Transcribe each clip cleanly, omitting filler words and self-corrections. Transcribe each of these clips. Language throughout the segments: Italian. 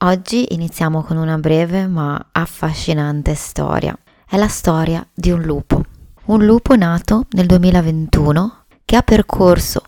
Oggi iniziamo con una breve ma affascinante storia. È la storia di un lupo nato nel 2021 che ha percorso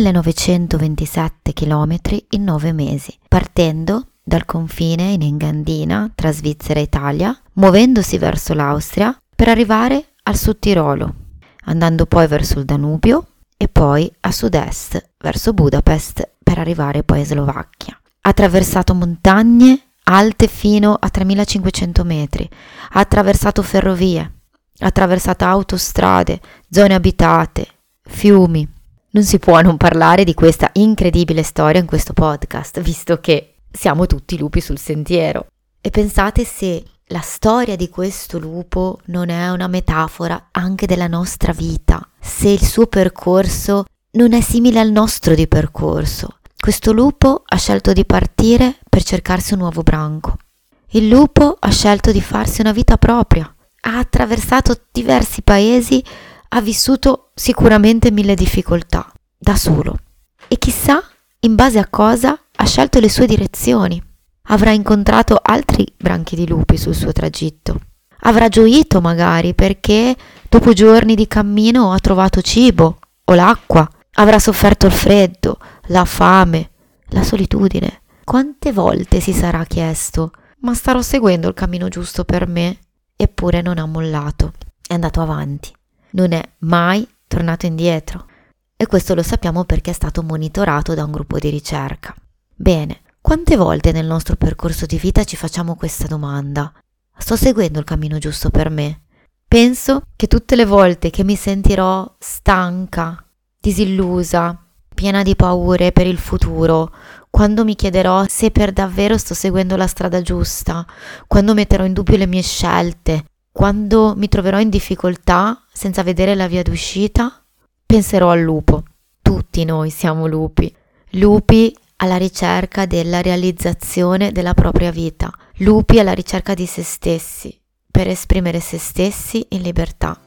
1927 km in 9 mesi, partendo dal confine in Engadina tra Svizzera e Italia, muovendosi verso l'Austria per arrivare al Sud Tirolo, andando poi verso il Danubio e poi a sud-est verso Budapest per arrivare poi in Slovacchia. Ha attraversato montagne alte fino a 3500 metri, ha attraversato ferrovie, ha attraversato autostrade, zone abitate, fiumi. Non si può non parlare di questa incredibile storia in questo podcast, visto che siamo tutti lupi sul sentiero. E pensate se la storia di questo lupo non è una metafora anche della nostra vita, se il suo percorso non è simile al nostro di percorso. Questo lupo ha scelto di partire per cercarsi un nuovo branco. Il lupo ha scelto di farsi una vita propria, ha attraversato diversi paesi, ha vissuto sicuramente 1000 difficoltà, da solo. E chissà in base a cosa ha scelto le sue direzioni. Avrà incontrato altri branchi di lupi sul suo tragitto. Avrà gioito magari perché dopo giorni di cammino ha trovato cibo o l'acqua. Avrà sofferto il freddo, la fame, la solitudine. Quante volte si sarà chiesto: ma starò seguendo il cammino giusto per me? Eppure non ha mollato, è andato avanti. Non è mai tornato indietro. E questo lo sappiamo perché è stato monitorato da un gruppo di ricerca. Bene, quante volte nel nostro percorso di vita ci facciamo questa domanda? Sto seguendo il cammino giusto per me? Penso che tutte le volte che mi sentirò stanca, disillusa, piena di paure per il futuro, quando mi chiederò se per davvero sto seguendo la strada giusta, quando metterò in dubbio le mie scelte, quando mi troverò in difficoltà senza vedere la via d'uscita, penserò al lupo. Tutti noi siamo lupi alla ricerca della realizzazione della propria vita, lupi alla ricerca di se stessi, per esprimere se stessi in libertà.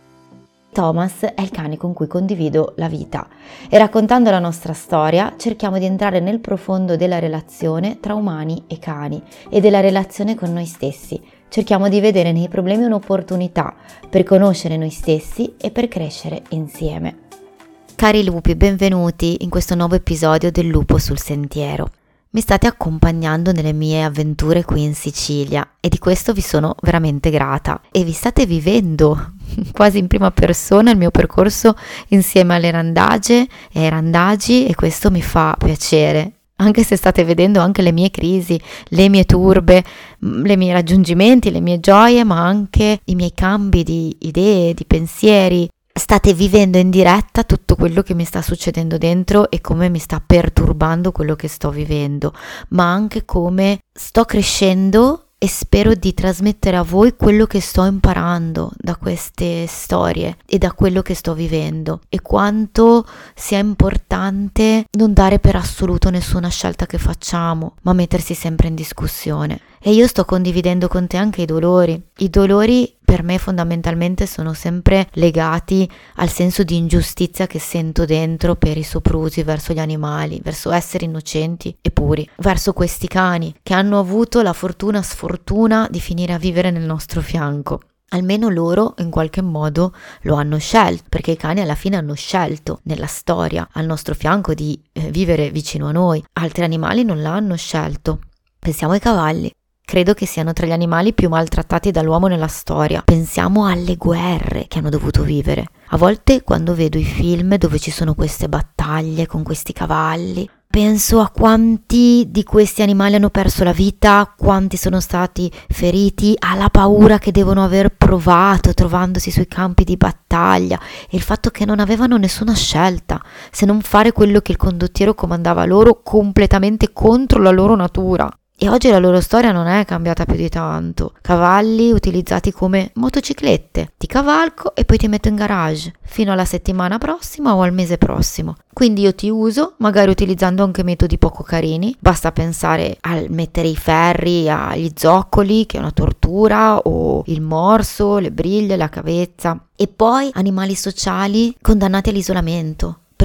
Thomas è il cane con cui condivido la vita e raccontando la nostra storia cerchiamo di entrare nel profondo della relazione tra umani e cani e della relazione con noi stessi. Cerchiamo di vedere nei problemi un'opportunità per conoscere noi stessi e per crescere insieme. Cari lupi, benvenuti in questo nuovo episodio del Lupo sul Sentiero. Mi state accompagnando nelle mie avventure qui in Sicilia e di questo vi sono veramente grata e vi state vivendo quasi in prima persona il mio percorso insieme alle randage e ai randagi e questo mi fa piacere. Anche se state vedendo anche le mie crisi, le mie turbe, i miei raggiungimenti, le mie gioie, ma anche i miei cambi di idee, di pensieri. State vivendo in diretta tutto quello che mi sta succedendo dentro e come mi sta perturbando quello che sto vivendo, ma anche come sto crescendo e spero di trasmettere a voi quello che sto imparando da queste storie e da quello che sto vivendo e quanto sia importante non dare per assoluto nessuna scelta che facciamo, ma mettersi sempre in discussione. E io sto condividendo con te anche i dolori. I dolori per me fondamentalmente sono sempre legati al senso di ingiustizia che sento dentro per i soprusi verso gli animali, verso esseri innocenti e puri, verso questi cani che hanno avuto la sfortuna di finire a vivere nel nostro fianco. Almeno loro in qualche modo lo hanno scelto, perché i cani alla fine hanno scelto nella storia al nostro fianco di vivere vicino a noi. Altri animali non l'hanno scelto. Pensiamo ai cavalli. Credo che siano tra gli animali più maltrattati dall'uomo nella storia. Pensiamo alle guerre che hanno dovuto vivere. A volte quando vedo i film dove ci sono queste battaglie con questi cavalli, penso a quanti di questi animali hanno perso la vita, quanti sono stati feriti, alla paura che devono aver provato trovandosi sui campi di battaglia e il fatto che non avevano nessuna scelta se non fare quello che il condottiero comandava loro completamente contro la loro natura. E oggi la loro storia non è cambiata più di tanto. Cavalli utilizzati come motociclette. Ti cavalco e poi ti metto in garage fino alla settimana prossima o al mese prossimo. Quindi io ti uso, magari utilizzando anche metodi poco carini. Basta pensare al mettere i ferri agli zoccoli, che è una tortura, o il morso, le briglie, la cavezza. E poi animali sociali condannati all'isolamento, per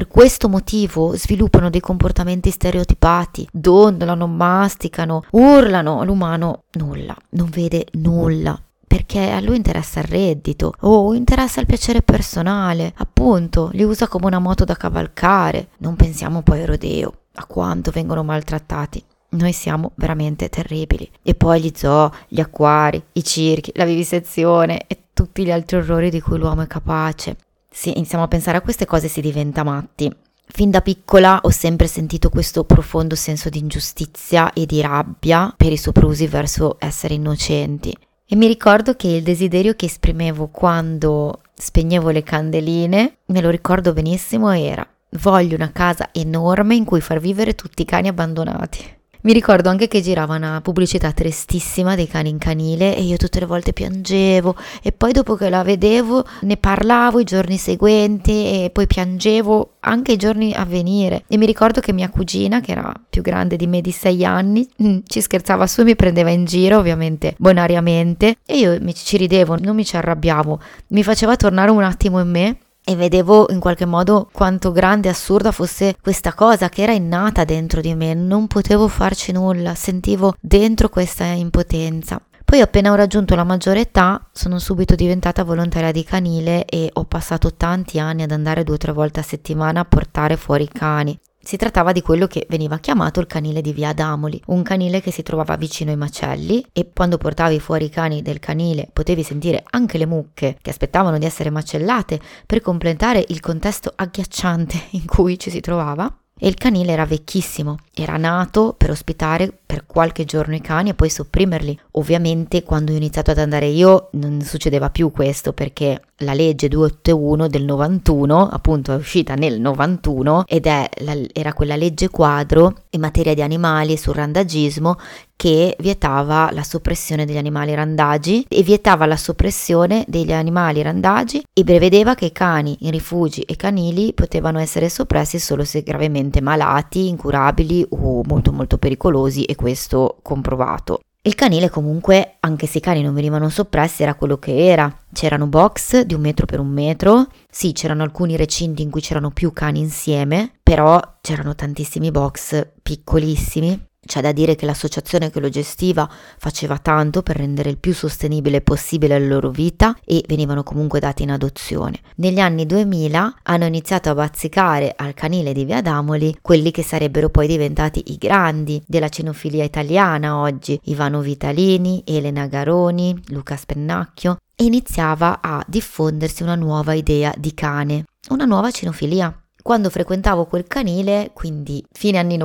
per questo motivo sviluppano dei comportamenti stereotipati, dondolano, masticano, urlano. L'umano nulla, non vede nulla, perché a lui interessa il reddito o interessa il piacere personale, appunto, li usa come una moto da cavalcare. Non pensiamo poi al rodeo, a quanto vengono maltrattati. Noi siamo veramente terribili. E poi gli zoo, gli acquari, i circhi, la vivisezione e tutti gli altri orrori di cui l'uomo è capace. Se iniziamo a pensare a queste cose si diventa matti. Fin da piccola ho sempre sentito questo profondo senso di ingiustizia e di rabbia per i soprusi verso esseri innocenti. E mi ricordo che il desiderio che esprimevo quando spegnevo le candeline, me lo ricordo benissimo, era: voglio una casa enorme in cui far vivere tutti i cani abbandonati. Mi ricordo anche che girava una pubblicità tristissima dei cani in canile e io tutte le volte piangevo, e poi dopo che la vedevo ne parlavo i giorni seguenti e poi piangevo anche i giorni a venire. E mi ricordo che mia cugina, che era più grande di me di 6 anni, ci scherzava su e mi prendeva in giro, ovviamente bonariamente, e io ci ridevo, non mi ci arrabbiavo, mi faceva tornare un attimo in me. E vedevo in qualche modo quanto grande e assurda fosse questa cosa che era innata dentro di me, non potevo farci nulla, sentivo dentro questa impotenza. Poi appena ho raggiunto la maggiore età sono subito diventata volontaria di canile e ho passato tanti anni ad andare 2 o 3 volte a settimana a portare fuori i cani. Si trattava di quello che veniva chiamato il canile di Via Adamoli, un canile che si trovava vicino ai macelli, e quando portavi fuori i cani del canile potevi sentire anche le mucche che aspettavano di essere macellate per completare il contesto agghiacciante in cui ci si trovava. E il canile era vecchissimo, era nato per ospitare per qualche giorno i cani e poi sopprimerli. Ovviamente quando ho iniziato ad andare io non succedeva più questo, perché la legge 281 del 91 appunto è uscita nel 91 ed era quella legge quadro in materia di animali e sul randagismo che vietava la soppressione degli animali randagi e vietava la soppressione degli animali randagi e prevedeva che i cani in rifugi e canili potevano essere soppressi solo se gravemente malati, incurabili o molto molto pericolosi, e questo comprovato. Il canile comunque, anche se i cani non venivano soppressi, era quello che era. C'erano box di 1 metro per 1 metro, sì, c'erano alcuni recinti in cui c'erano più cani insieme, però c'erano tantissimi box piccolissimi. C'è da dire che l'associazione che lo gestiva faceva tanto per rendere il più sostenibile possibile la loro vita e venivano comunque dati in adozione. Negli anni 2000 hanno iniziato a bazzicare al canile di Via Adamoli quelli che sarebbero poi diventati i grandi della cinofilia italiana oggi: Ivano Vitalini, Elena Garoni, Luca Spennacchio, e iniziava a diffondersi una nuova idea di cane, una nuova cinofilia. Quando frequentavo quel canile, quindi fine anni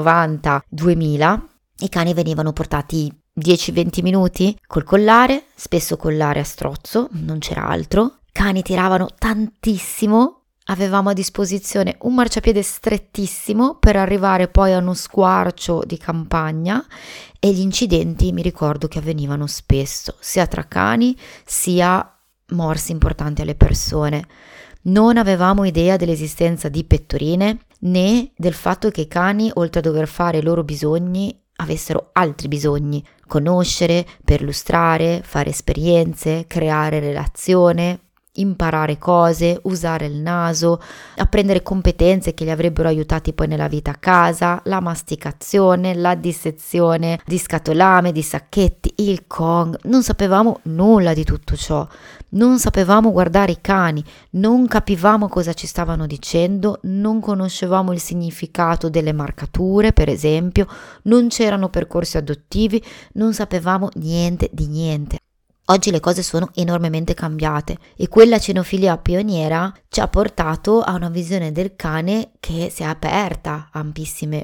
90-2000, i cani venivano portati 10-20 minuti col collare, spesso collare a strozzo, non c'era altro. Cani tiravano tantissimo, avevamo a disposizione un marciapiede strettissimo per arrivare poi a uno squarcio di campagna, e gli incidenti mi ricordo che avvenivano spesso, sia tra cani sia morsi importanti alle persone. Non avevamo idea dell'esistenza di pettorine né del fatto che i cani, oltre a dover fare i loro bisogni, avessero altri bisogni: conoscere, perlustrare, fare esperienze, creare relazione, imparare cose, usare il naso, apprendere competenze che li avrebbero aiutati poi nella vita a casa, la masticazione, la dissezione di scatolame, di sacchetti, il Kong. Non sapevamo nulla di tutto ciò, non sapevamo guardare i cani, non capivamo cosa ci stavano dicendo, non conoscevamo il significato delle marcature, per esempio, non c'erano percorsi adottivi, non sapevamo niente di niente. Oggi le cose sono enormemente cambiate e quella cinofilia pioniera ci ha portato a una visione del cane che si è aperta a ampissime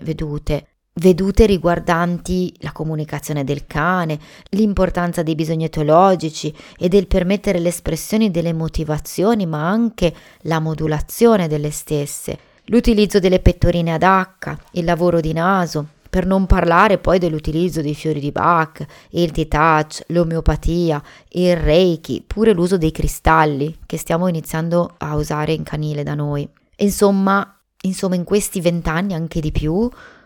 vedute riguardanti la comunicazione del cane, l'importanza dei bisogni etologici e del permettere l'espressione delle motivazioni, ma anche la modulazione delle stesse, l'utilizzo delle pettorine ad H, il lavoro di naso. Per non parlare poi dell'utilizzo dei fiori di Bach, il T-Touch, l'omeopatia, il Reiki, pure l'uso dei cristalli che stiamo iniziando a usare in canile da noi. Insomma, in questi 20 anni, anche di più,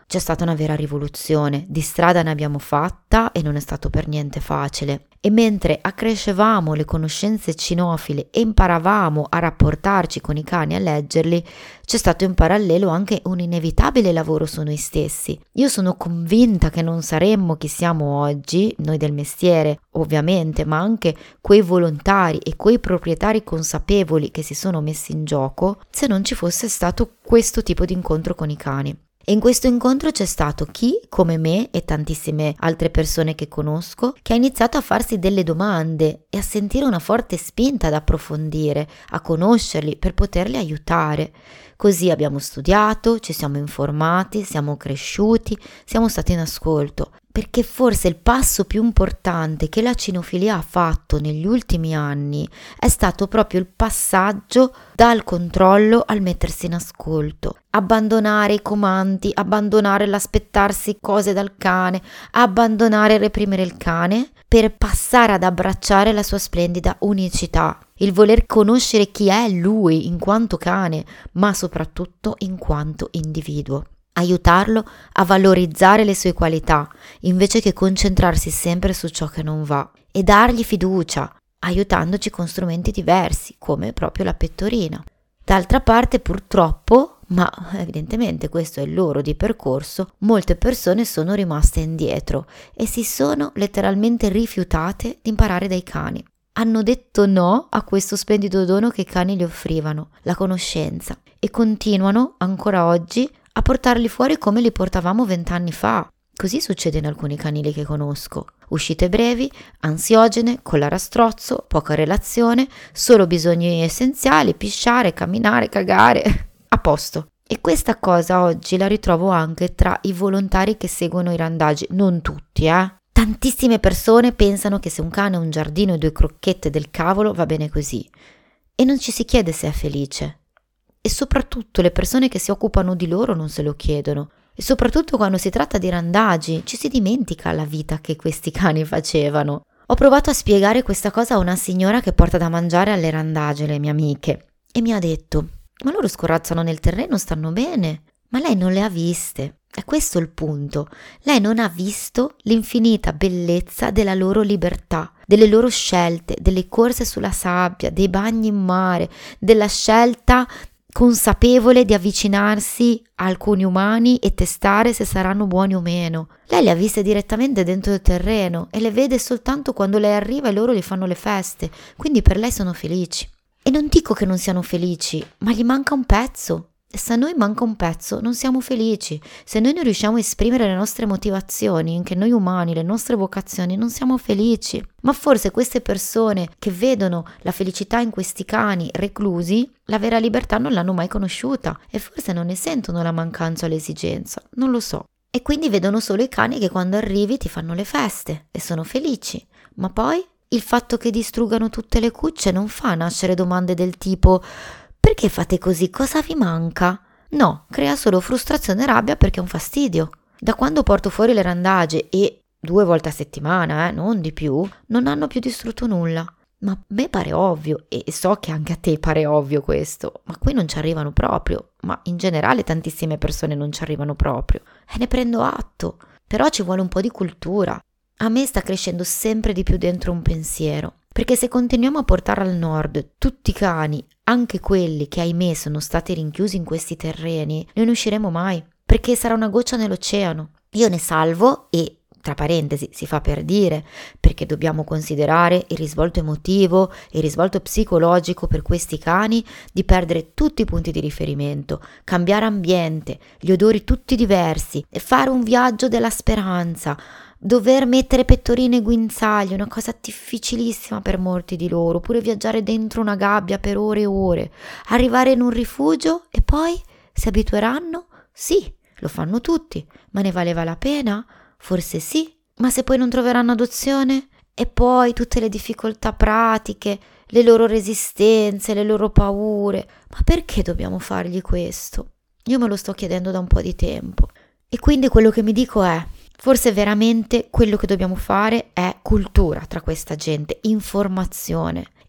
c'è stata una vera rivoluzione, di strada ne abbiamo fatta e non è stato per niente facile. E mentre accrescevamo le conoscenze cinofile e imparavamo a rapportarci con i cani e a leggerli, c'è stato in parallelo anche un inevitabile lavoro su noi stessi. Io sono convinta che non saremmo chi siamo oggi, noi del mestiere ovviamente, ma anche quei volontari e quei proprietari consapevoli che si sono messi in gioco, se non ci fosse stato questo tipo di incontro con i cani. E in questo incontro c'è stato chi, come me e tantissime altre persone che conosco, che ha iniziato a farsi delle domande e a sentire una forte spinta ad approfondire, a conoscerli per poterli aiutare. Così abbiamo studiato, ci siamo informati, siamo cresciuti, siamo stati in ascolto. Perché forse il passo più importante che la cinofilia ha fatto negli ultimi anni è stato proprio il passaggio dal controllo al mettersi in ascolto, abbandonare i comandi, abbandonare l'aspettarsi cose dal cane, abbandonare il reprimere il cane per passare ad abbracciare la sua splendida unicità, il voler conoscere chi è lui in quanto cane, ma soprattutto in quanto individuo. Aiutarlo a valorizzare le sue qualità invece che concentrarsi sempre su ciò che non va e dargli fiducia, aiutandoci con strumenti diversi come proprio la pettorina. D'altra parte purtroppo, ma evidentemente questo è il loro di percorso, molte persone sono rimaste indietro e si sono letteralmente rifiutate di imparare dai cani. Hanno detto no a questo splendido dono che i cani gli offrivano, la conoscenza, e continuano ancora oggi a portarli fuori come li portavamo 20 anni fa. Così succede in alcuni canili che conosco. Uscite brevi, ansiogene, collare a strozzo, poca relazione, solo bisogni essenziali, pisciare, camminare, cagare. A posto. E questa cosa oggi la ritrovo anche tra i volontari che seguono i randagi. Non tutti, Tantissime persone pensano che se un cane ha un giardino e 2 crocchette del cavolo va bene così. E non ci si chiede se è felice. E soprattutto le persone che si occupano di loro non se lo chiedono. E soprattutto quando si tratta di randagi ci si dimentica la vita che questi cani facevano. Ho provato a spiegare questa cosa a una signora che porta da mangiare alle randagi, le mie amiche, e mi ha detto: ma loro scorazzano nel terreno, stanno bene. Ma lei non le ha viste. È questo il punto. Lei non ha visto l'infinita bellezza della loro libertà, delle loro scelte, delle corse sulla sabbia, dei bagni in mare, della scelta consapevole di avvicinarsi a alcuni umani e testare se saranno buoni o meno. Lei le ha viste direttamente dentro il terreno e le vede soltanto quando lei arriva e loro gli fanno le feste, quindi per lei sono felici. E non dico che non siano felici, ma gli manca un pezzo. E se a noi manca un pezzo non siamo felici. Se noi non riusciamo a esprimere le nostre motivazioni, anche noi umani, le nostre vocazioni, non siamo felici. Ma forse queste persone che vedono la felicità in questi cani reclusi, la vera libertà non l'hanno mai conosciuta e forse non ne sentono la mancanza o l'esigenza, non lo so. E quindi vedono solo i cani che quando arrivi ti fanno le feste e sono felici. Ma poi il fatto che distruggano tutte le cucce non fa nascere domande del tipo: perché fate così? Cosa vi manca? No, crea solo frustrazione e rabbia perché è un fastidio. Da quando porto fuori le randage e 2 volte a settimana, non di più, non hanno più distrutto nulla. Ma a me pare ovvio, e so che anche a te pare ovvio questo, ma qui non ci arrivano proprio, ma in generale tantissime persone non ci arrivano proprio. E ne prendo atto, però ci vuole un po' di cultura. A me sta crescendo sempre di più dentro un pensiero, perché se continuiamo a portare al nord tutti i cani, anche quelli che ahimè sono stati rinchiusi in questi terreni, non ne usciremo mai, perché sarà una goccia nell'oceano. Io ne salvo e, tra parentesi, si fa per dire, perché dobbiamo considerare il risvolto emotivo, il risvolto psicologico per questi cani di perdere tutti i punti di riferimento, cambiare ambiente, gli odori tutti diversi e fare un viaggio della speranza, dover mettere pettorine e guinzagli, una cosa difficilissima per molti di loro, oppure viaggiare dentro una gabbia per ore e ore, arrivare in un rifugio e poi si abitueranno? Sì, lo fanno tutti, ma ne valeva la pena? Forse sì, ma se poi non troveranno adozione? E poi tutte le difficoltà pratiche, le loro resistenze, le loro paure, ma perché dobbiamo fargli questo? Io me lo sto chiedendo da un po' di tempo. E quindi quello che mi dico è: forse veramente quello che dobbiamo fare è cultura tra questa gente, informazione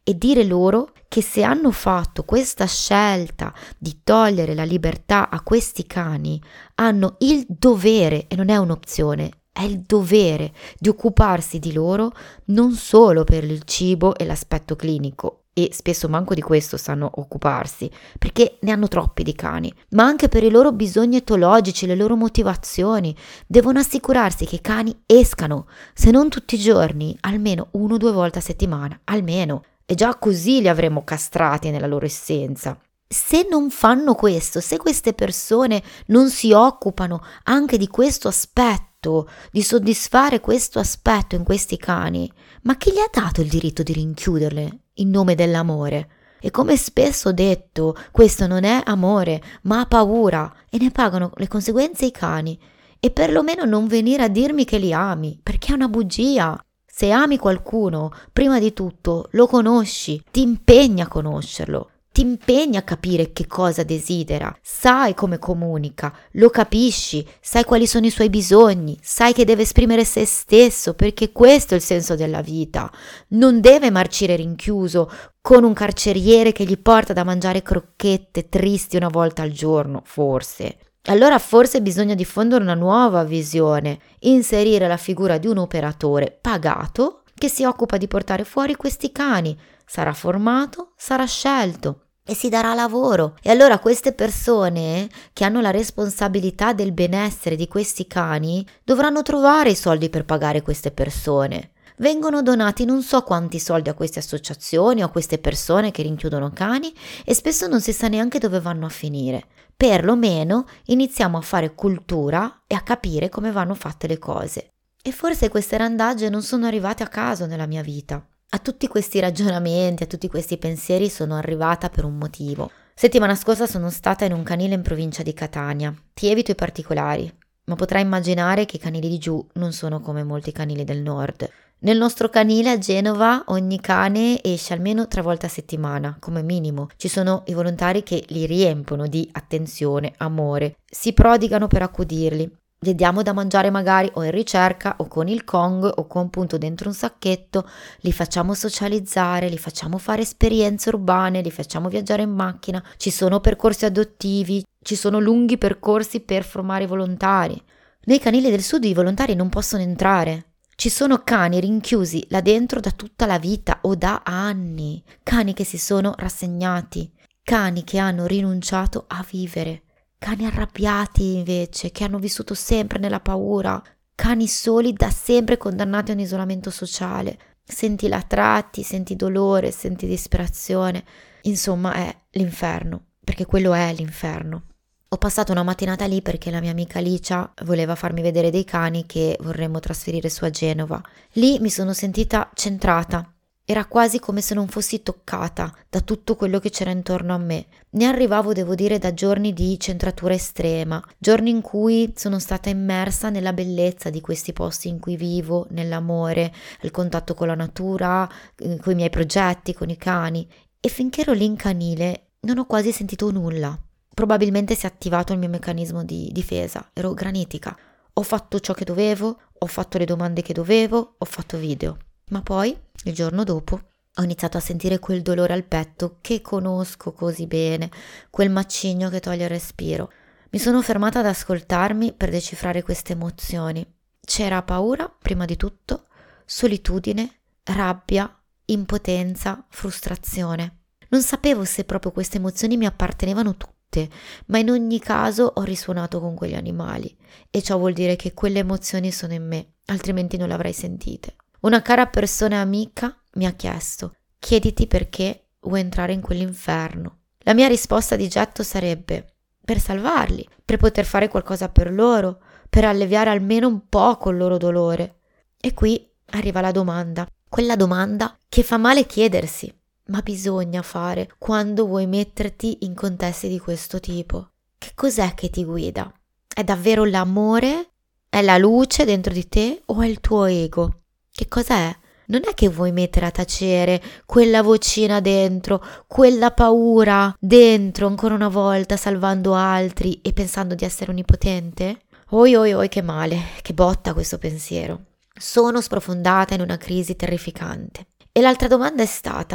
e dire loro che se hanno fatto questa scelta di togliere la libertà a questi cani, hanno il dovere, e non è un'opzione, è il dovere di occuparsi di loro non solo per il cibo e l'aspetto clinico, e spesso manco di questo sanno occuparsi, perché ne hanno troppi di cani, ma anche per i loro bisogni etologici, le loro motivazioni. Devono assicurarsi che i cani escano, se non tutti i giorni, almeno 1 o 2 volte a settimana, almeno. E già così li avremo castrati nella loro essenza. Se non fanno questo, se queste persone non si occupano anche di questo aspetto, di soddisfare questo aspetto in questi cani, ma chi gli ha dato il diritto di rinchiuderle in nome dell'amore? E come spesso ho detto, questo non è amore, ma paura, e ne pagano le conseguenze i cani. E perlomeno non venire a dirmi che li ami, perché è una bugia. Se ami qualcuno, prima di tutto lo conosci, ti impegni a conoscerlo. Ti impegni a capire che cosa desidera, sai come comunica, lo capisci, sai quali sono i suoi bisogni, sai che deve esprimere se stesso, perché questo è il senso della vita. Non deve marcire rinchiuso con un carceriere che gli porta da mangiare crocchette tristi 1 volta al giorno, forse. Allora forse bisogna diffondere una nuova visione, inserire la figura di un operatore pagato che si occupa di portare fuori questi cani. Sarà formato, sarà scelto e si darà lavoro. E allora queste persone che hanno la responsabilità del benessere di questi cani dovranno trovare i soldi per pagare queste persone. Vengono donati non so quanti soldi a queste associazioni o a queste persone che rinchiudono cani e spesso non si sa neanche dove vanno a finire. Perlomeno iniziamo a fare cultura e a capire come vanno fatte le cose. E forse queste randagge non sono arrivate a caso nella mia vita. A tutti questi ragionamenti, a tutti questi pensieri sono arrivata per un motivo. Settimana scorsa sono stata in un canile in provincia di Catania. Ti evito i particolari, ma potrai immaginare che i canili di giù non sono come molti canili del nord. Nel nostro canile a Genova ogni cane esce almeno 3 volte a settimana, come minimo. Ci sono i volontari che li riempiono di attenzione, amore, si prodigano per accudirli. Gli diamo da mangiare magari o in ricerca o con il Kong o con punto dentro un sacchetto, li facciamo socializzare, li facciamo fare esperienze urbane, li facciamo viaggiare in macchina, ci sono percorsi adottivi, ci sono lunghi percorsi per formare i volontari. Nei canili del sud i volontari non possono entrare. Ci sono cani rinchiusi là dentro da tutta la vita o da anni, cani che si sono rassegnati, cani che hanno rinunciato a vivere. Cani arrabbiati invece, che hanno vissuto sempre nella paura, cani soli da sempre condannati a un isolamento sociale. Senti latrati, senti dolore, senti disperazione. Insomma è l'inferno, perché quello è l'inferno. Ho passato una mattinata lì perché la mia amica Licia voleva farmi vedere dei cani che vorremmo trasferire su a Genova. Lì mi sono sentita centrata. Era quasi come se non fossi toccata da tutto quello che c'era intorno a me. Ne arrivavo, devo dire, da giorni di centratura estrema, giorni in cui sono stata immersa nella bellezza di questi posti in cui vivo, nell'amore, il contatto con la natura, con i miei progetti, con i cani. E finché ero lì in canile non ho quasi sentito nulla. Probabilmente si è attivato il mio meccanismo di difesa. Ero granitica. Ho fatto ciò che dovevo, ho fatto le domande che dovevo, ho fatto video. Ma poi, il giorno dopo, ho iniziato a sentire quel dolore al petto che conosco così bene, quel macigno che toglie il respiro. Mi sono fermata ad ascoltarmi per decifrare queste emozioni. C'era paura, prima di tutto, solitudine, rabbia, impotenza, frustrazione. Non sapevo se proprio queste emozioni mi appartenevano tutte, ma in ogni caso ho risuonato con quegli animali e ciò vuol dire che quelle emozioni sono in me, altrimenti non le avrei sentite. Una cara persona e amica mi ha chiesto: chiediti perché vuoi entrare in quell'inferno. La mia risposta di getto sarebbe: per salvarli, per poter fare qualcosa per loro, per alleviare almeno un po' il loro dolore. E qui arriva la domanda, quella domanda che fa male chiedersi, ma bisogna fare quando vuoi metterti in contesti di questo tipo. Che cos'è che ti guida? È davvero l'amore? È la luce dentro di te o è il tuo ego? Che cos'è? Non è che vuoi mettere a tacere quella vocina dentro, quella paura dentro ancora una volta, salvando altri e pensando di essere onnipotente? Oi oi oi, che male, che botta questo pensiero. Sono sprofondata in una crisi terrificante. E l'altra domanda è stata: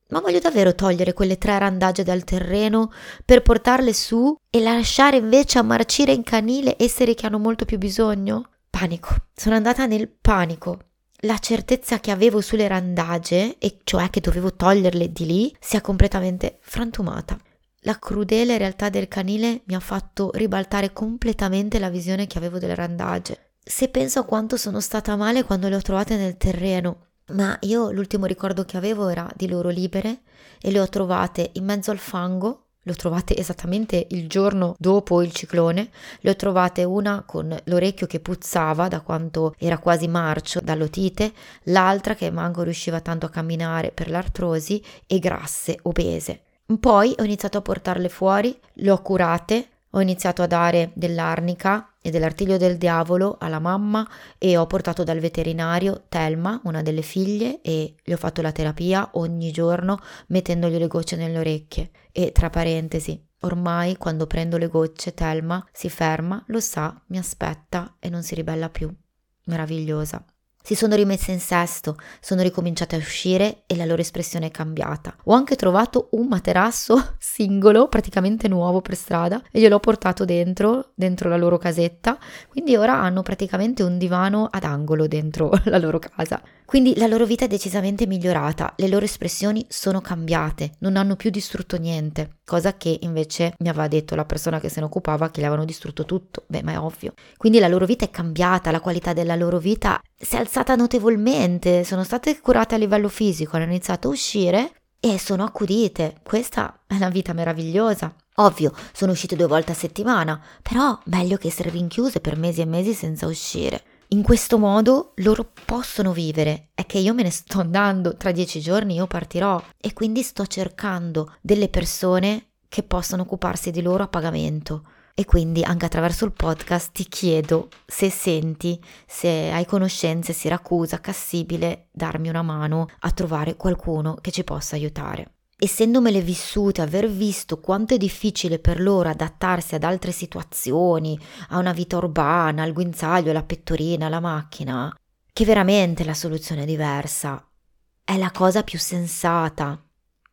Ma voglio davvero togliere quelle 3 randagge dal terreno per portarle su e lasciare invece a marcire in canile esseri che hanno molto più bisogno? Panico. Sono andata nel panico. La certezza che avevo sulle randagge, e cioè che dovevo toglierle di lì, si è completamente frantumata. La crudele realtà del canile mi ha fatto ribaltare completamente la visione che avevo delle randagge. Se penso a quanto sono stata male quando le ho trovate nel terreno, ma io l'ultimo ricordo che avevo era di loro libere e le ho trovate in mezzo al fango. Le ho trovate esattamente il giorno dopo il ciclone, le ho trovate una con l'orecchio che puzzava da quanto era quasi marcio dall'otite, l'altra che manco riusciva tanto a camminare per l'artrosi e grasse, obese. Poi ho iniziato a portarle fuori, le ho curate, ho iniziato a dare dell'arnica e dell'artiglio del diavolo alla mamma e ho portato dal veterinario Thelma, una delle figlie, e le ho fatto la terapia ogni giorno mettendogli le gocce nelle orecchie. E tra parentesi, ormai quando prendo le gocce Thelma si ferma, lo sa, mi aspetta e non si ribella più. Meravigliosa. Si sono rimesse in sesto, sono ricominciate a uscire e la loro espressione è cambiata. Ho anche trovato un materasso singolo, praticamente nuovo per strada, e gliel'ho portato dentro la loro casetta, quindi ora hanno praticamente un divano ad angolo dentro la loro casa. Quindi la loro vita è decisamente migliorata, le loro espressioni sono cambiate, non hanno più distrutto niente, cosa che invece mi aveva detto la persona che se ne occupava che le avevano distrutto tutto. Beh, ma è ovvio. Quindi la loro vita è cambiata, la qualità della loro vita si è alzata notevolmente, sono state curate a livello fisico, hanno iniziato a uscire e sono accudite. Questa è una vita meravigliosa. Ovvio, sono uscite 2 volte a settimana, però meglio che essere rinchiuse per mesi e mesi senza uscire. In questo modo loro possono vivere. È che io me ne sto andando, tra 10 giorni io partirò e quindi sto cercando delle persone che possano occuparsi di loro a pagamento. E quindi anche attraverso il podcast ti chiedo, se senti, se hai conoscenze, Siracusa, Cassibile, darmi una mano a trovare qualcuno che ci possa aiutare. Essendomele vissute, aver visto quanto è difficile per loro adattarsi ad altre situazioni, a una vita urbana, al guinzaglio, alla pettorina, alla macchina, che veramente la soluzione è diversa, è la cosa più sensata,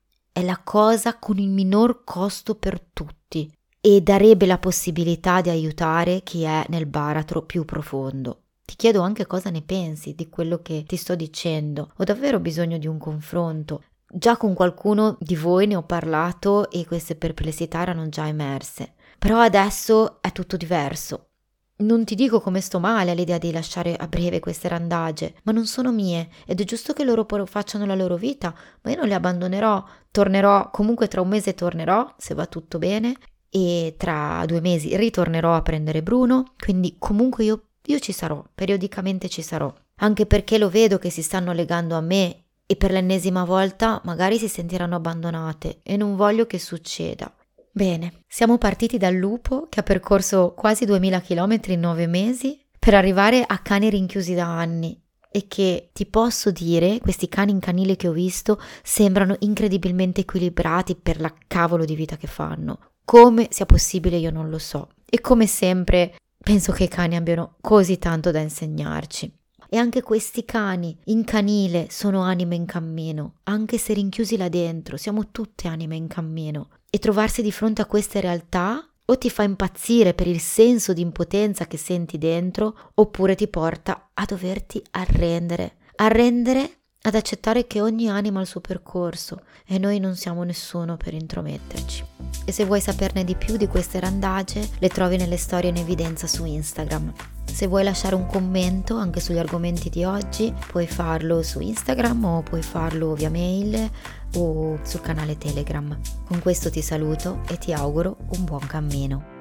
è la cosa con il minor costo per tutti e darebbe la possibilità di aiutare chi è nel baratro più profondo. Ti chiedo anche cosa ne pensi di quello che ti sto dicendo. Ho davvero bisogno di un confronto. Già con qualcuno di voi ne ho parlato e queste perplessità erano già emerse, però adesso è tutto diverso. Non ti dico come sto male all'idea di lasciare a breve queste randagge, ma non sono mie ed è giusto che loro facciano la loro vita, ma io non le abbandonerò, tornerò, comunque tra un mese tornerò, se va tutto bene, e tra 2 mesi ritornerò a prendere Bruno, quindi comunque io ci sarò, periodicamente ci sarò, anche perché lo vedo che si stanno legando a me e per l'ennesima volta magari si sentiranno abbandonate e non voglio che succeda. Bene, siamo partiti dal lupo che ha percorso quasi 2000 km in 9 mesi per arrivare a cani rinchiusi da anni e che, ti posso dire, questi cani in canile che ho visto sembrano incredibilmente equilibrati per la cavolo di vita che fanno. Come sia possibile io non lo so. E come sempre penso che i cani abbiano così tanto da insegnarci. E anche questi cani in canile sono anime in cammino, anche se rinchiusi là dentro, siamo tutte anime in cammino. E trovarsi di fronte a queste realtà o ti fa impazzire per il senso di impotenza che senti dentro, oppure ti porta a doverti arrendere ad accettare che ogni anima ha il suo percorso e noi non siamo nessuno per intrometterci. E se vuoi saperne di più di queste randagge, le trovi nelle storie in evidenza su Instagram. Se vuoi lasciare un commento anche sugli argomenti di oggi, puoi farlo su Instagram o puoi farlo via mail o sul canale Telegram. Con questo ti saluto e ti auguro un buon cammino.